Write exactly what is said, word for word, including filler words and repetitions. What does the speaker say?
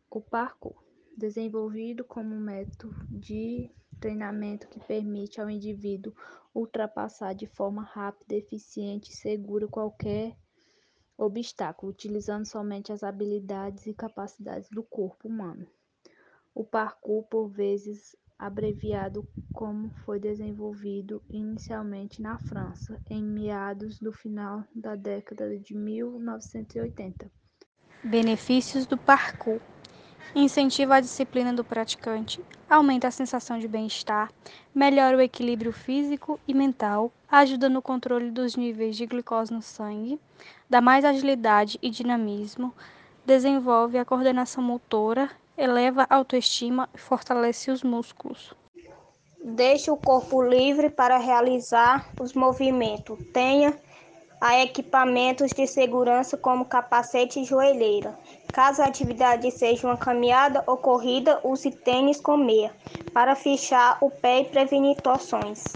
O parkour, desenvolvido como um método de treinamento que permite ao indivíduo ultrapassar de forma rápida, eficiente e segura qualquer obstáculo, utilizando somente as habilidades e capacidades do corpo humano. O parkour, por vezes abreviado como foi desenvolvido inicialmente na França, em meados do final da década de mil novecentos e oitenta. Benefícios do parkour: incentiva a disciplina do praticante, aumenta a sensação de bem-estar, melhora o equilíbrio físico e mental, ajuda no controle dos níveis de glicose no sangue, dá mais agilidade e dinamismo, desenvolve a coordenação motora, eleva a autoestima e fortalece os músculos. Deixe o corpo livre para realizar os movimentos. Tenha a equipamentos de segurança como capacete e joelheira. Caso a atividade seja uma caminhada ou corrida, use tênis com meia para fechar o pé e prevenir torções.